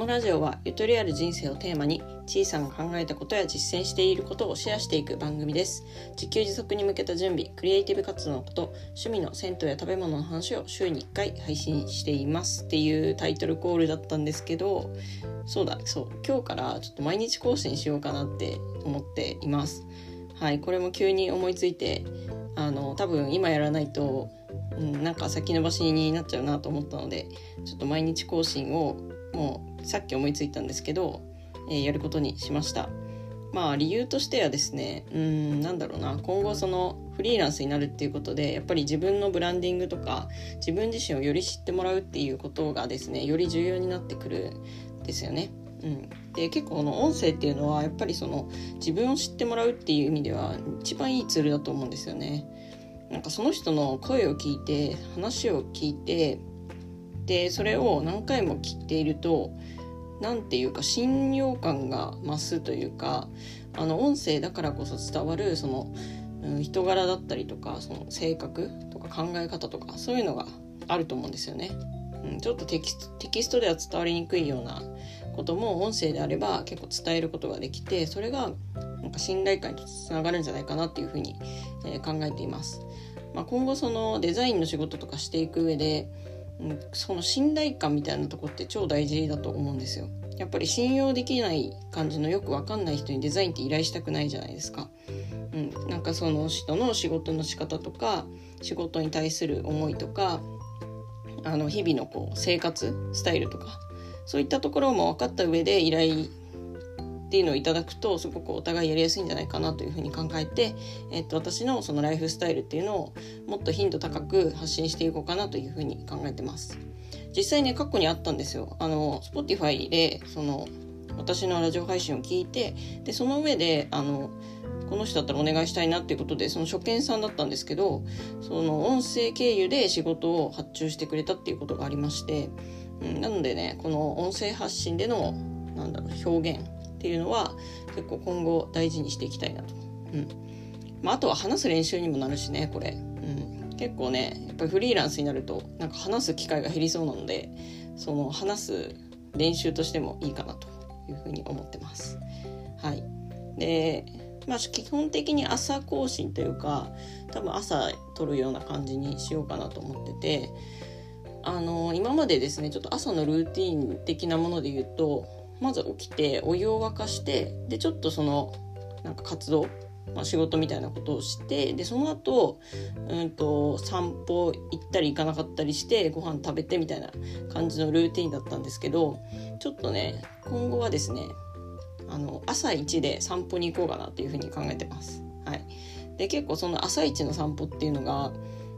のラジオはゆとりある人生をテーマに、小さな考えたことや実践していることをシェアしていく番組です。自給自足に向けた準備、クリエイティブ活動のこと、趣味の銭湯や食べ物の話を週に1回配信していますっていうタイトルコールだったんですけど、今日からちょっと毎日更新しようかなって思っています。はい、これも急に思いついて、多分今やらないとなんか先延ばしになっちゃうなと思ったので、ちょっと毎日更新をもうさっき思いついたんですけど、やることにしました。理由としてはですね、今後そのフリーランスになるっていうことで、やっぱり自分のブランディングとか自分自身をより知ってもらうっていうことがですね、より重要になってくるんですよね。で結構この音声っていうのはやっぱりその自分を知ってもらうっていう意味では一番いいツールだと思うんですよね。なんかその人の声を聞いて、話を聞いて、でそれを何回も聞いていると、なんていうか信用感が増すというか、音声だからこそ伝わるその、人柄だったりとか、その性格とか考え方とか、そういうのがあると思うんですよね。ちょっとテキストでは伝わりにくいようなことも音声であれば結構伝えることができて、それがなんか信頼感につながるんじゃないかなっていうふうに、考えています。今後そのデザインの仕事とかしていく上で、その信頼感みたいなとこって超大事だと思うんですよ。やっぱり信用できない感じのよくわかんない人にデザインって依頼したくないじゃないですか。なんかその人の仕事の仕方とか、仕事に対する思いとか、日々の生活スタイルとか、そういったところも分かった上で依頼っていうのをいただくと、すごくお互いやりやすいんじゃないかなというふうに考えて、私のそのライフスタイルっていうのをもっと頻度高く発信していこうかなというふうに考えてます。実際ね、過去にあったんですよ。Spotify でその私のラジオ配信を聞いて、でその上でこの人だったらお願いしたいなっていうことで、その初見さんだったんですけど、その音声経由で仕事を発注してくれたっていうことがありまして、なのでね、この音声発信での表現っていうのは結構今後大事にしていきたいなと。あとは話す練習にもなるしね、これ。結構ね、やっぱりフリーランスになるとなんか話す機会が減りそうなので、その話す練習としてもいいかなというふうに思ってます。はい。で、基本的に朝更新というか、多分朝撮るような感じにしようかなと思ってて、今までですね、ちょっと朝のルーティン的なもので言うと、まず起きてお湯を沸かして、でちょっとその活動、仕事みたいなことをして、でその後散歩行ったり行かなかったりしてご飯食べてみたいな感じのルーティンだったんですけど、ちょっとね今後はですね、朝一で散歩に行こうかなっていうふうに考えてます。はい。で結構その朝一の散歩っていうのが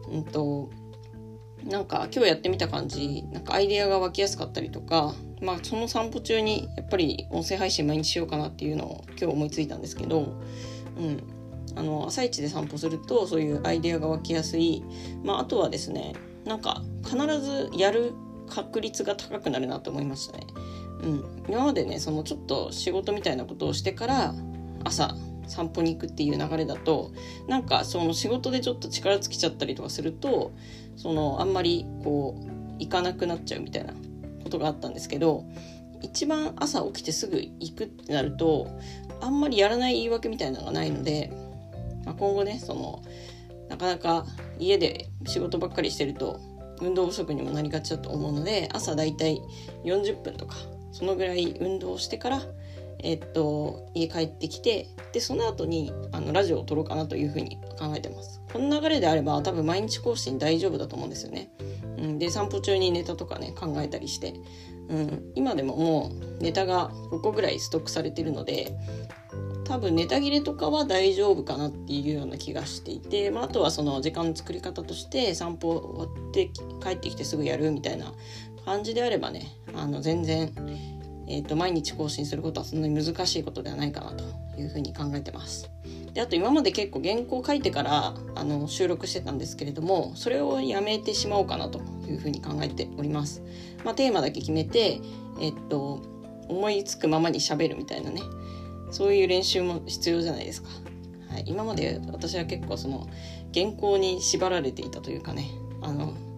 なんか今日やってみた感じ、なんかアイデアが湧きやすかったりとか、その散歩中にやっぱり音声配信毎日しようかなっていうのを今日思いついたんですけど、朝一で散歩するとそういうアイデアが湧きやすい。あとはですね、なんか必ずやる確率が高くなるなと思いましたね。今までね、そのちょっと仕事みたいなことをしてから朝散歩に行くっていう流れだと、なんかその仕事でちょっと力尽きちゃったりとかすると、あんまり行かなくなっちゃうみたいなことがあったんですけど、一番朝起きてすぐ行くってなると、あんまりやらない言い訳みたいなのがないので、今後ね、なかなか家で仕事ばっかりしてると運動不足にもなりがちだと思うので、朝だいたい40分とかそのぐらい運動してから家帰ってきて、でその後にラジオを撮ろうかなというふうに考えてます。この流れであれば多分毎日更新大丈夫だと思うんですよね。で散歩中にネタとかね考えたりして、今でももうネタが5個ぐらいストックされているので、多分ネタ切れとかは大丈夫かなっていうような気がしていて、あとはその時間の作り方として散歩終わって帰ってきてすぐやるみたいな感じであればね、全然毎日更新することはそんなに難しいことではないかなというふうに考えてます。であと今まで結構原稿を書いてから収録してたんですけれども、それをやめてしまおうかなというふうに考えております。テーマだけ決めて思いつくままに喋るみたいなね、そういう練習も必要じゃないですか。はい、今まで私は結構その原稿に縛られていたというかね、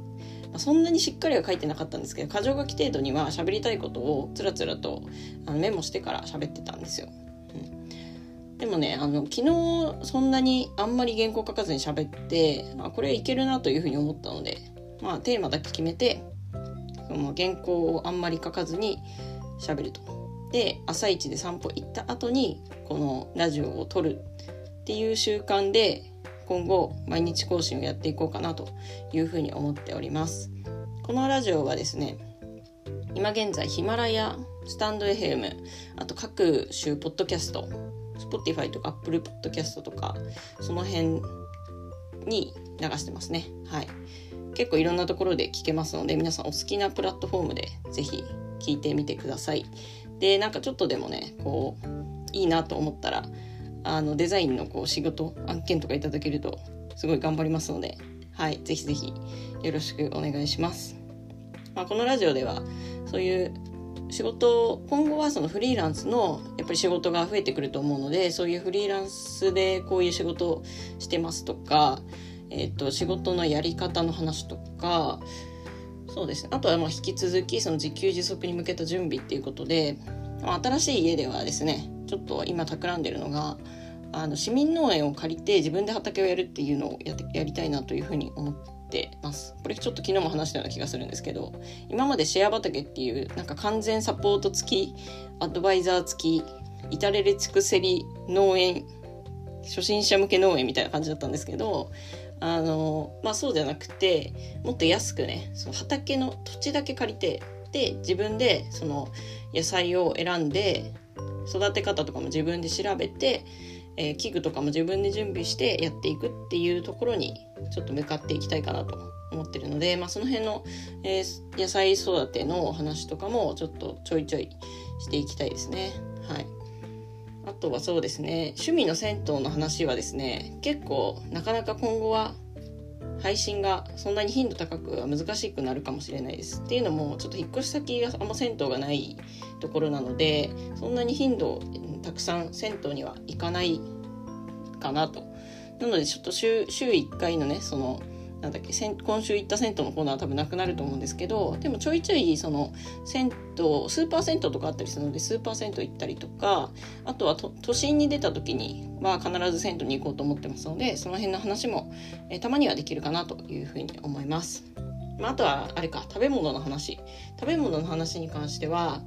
そんなにしっかりは書いてなかったんですけど、箇条書き程度には喋りたいことをつらつらとメモしてから喋ってたんですよ。でもね、昨日そんなにあんまり原稿書かずに喋って、これいけるなというふうに思ったので、テーマだけ決めて、その原稿をあんまり書かずに喋ると。で、朝一で散歩行った後にこのラジオを撮るっていう習慣で今後毎日更新をやっていこうかなというふうに思っております。このラジオはですね、今現在ヒマラヤ、スタンド FM、あと各種ポッドキャスト、Spotify とか Apple Podcast とかその辺に流してますね。はい。結構いろんなところで聞けますので、皆さんお好きなプラットフォームでぜひ聞いてみてください。で、なんかちょっとでもね、こういいなと思ったらデザインの仕事案件とかいただけるとすごい頑張りますので、はい、ぜひぜひよろしくお願いします。このラジオではそういう仕事、今後はそのフリーランスのやっぱり仕事が増えてくると思うので、そういうフリーランスでこういう仕事をしてますとか、仕事のやり方の話とか、そうですね、あとは引き続きその自給自足に向けた準備っていうことで、新しい家ではですね、ちょっと今企んでるのが市民農園を借りて自分で畑をやるっていうのをやりたいなというふうに思ってます。これちょっと昨日も話したような気がするんですけど、今までシェア畑っていうなんか完全サポート付き、アドバイザー付き、至れり尽くせり農園、初心者向け農園みたいな感じだったんですけど、そうじゃなくて、もっと安くね、その畑の土地だけ借りて、で自分でその野菜を選んで、育て方とかも自分で調べて、器具とかも自分で準備してやっていくっていうところにちょっと向かっていきたいかなと思ってるので、その辺の、野菜育ての話とかもちょっとちょいちょいしていきたいですね。はい。あとはそうですね、趣味の銭湯の話はですね、結構なかなか今後は配信がそんなに頻度高くは難しくなるかもしれないです。っていうのも、ちょっと引っ越し先があんま銭湯がないところなので、そんなに頻度たくさん銭湯には行かないかなと。なのでちょっと週1回のね、その今週行った銭湯のコーナーは多分なくなると思うんですけど、でもちょいちょいその銭湯、スーパー銭湯とかあったりするので、スーパー銭湯行ったりとか、あとは都心に出た時には必ず銭湯に行こうと思ってますので、その辺の話も、たまにはできるかなというふうに思います。あとは食べ物の話に関しては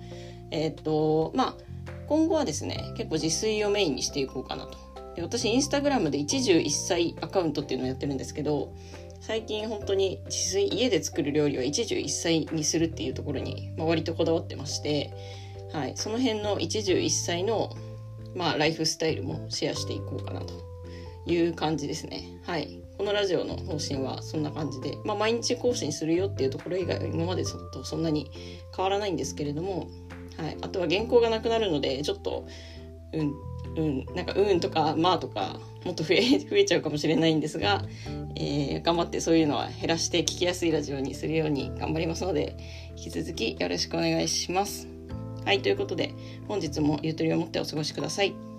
今後はですね、結構自炊をメインにしていこうかなと。で、私インスタグラムで一汁一菜アカウントっていうのをやってるんですけど、最近本当に自炊、家で作る料理は一汁一菜にするっていうところに、割とこだわってまして、はい、その辺の一汁一菜の、ライフスタイルもシェアしていこうかなという感じですね。はい、このラジオの方針はそんな感じで、毎日更新するよっていうところ以外は今までとそんなに変わらないんですけれども、はい、あとは原稿がなくなるので、ちょっととかとかもっと増えちゃうかもしれないんですが、頑張ってそういうのは減らして聞きやすいラジオにするように頑張りますので、引き続きよろしくお願いします。はい、ということで本日もゆとりを持ってお過ごしください。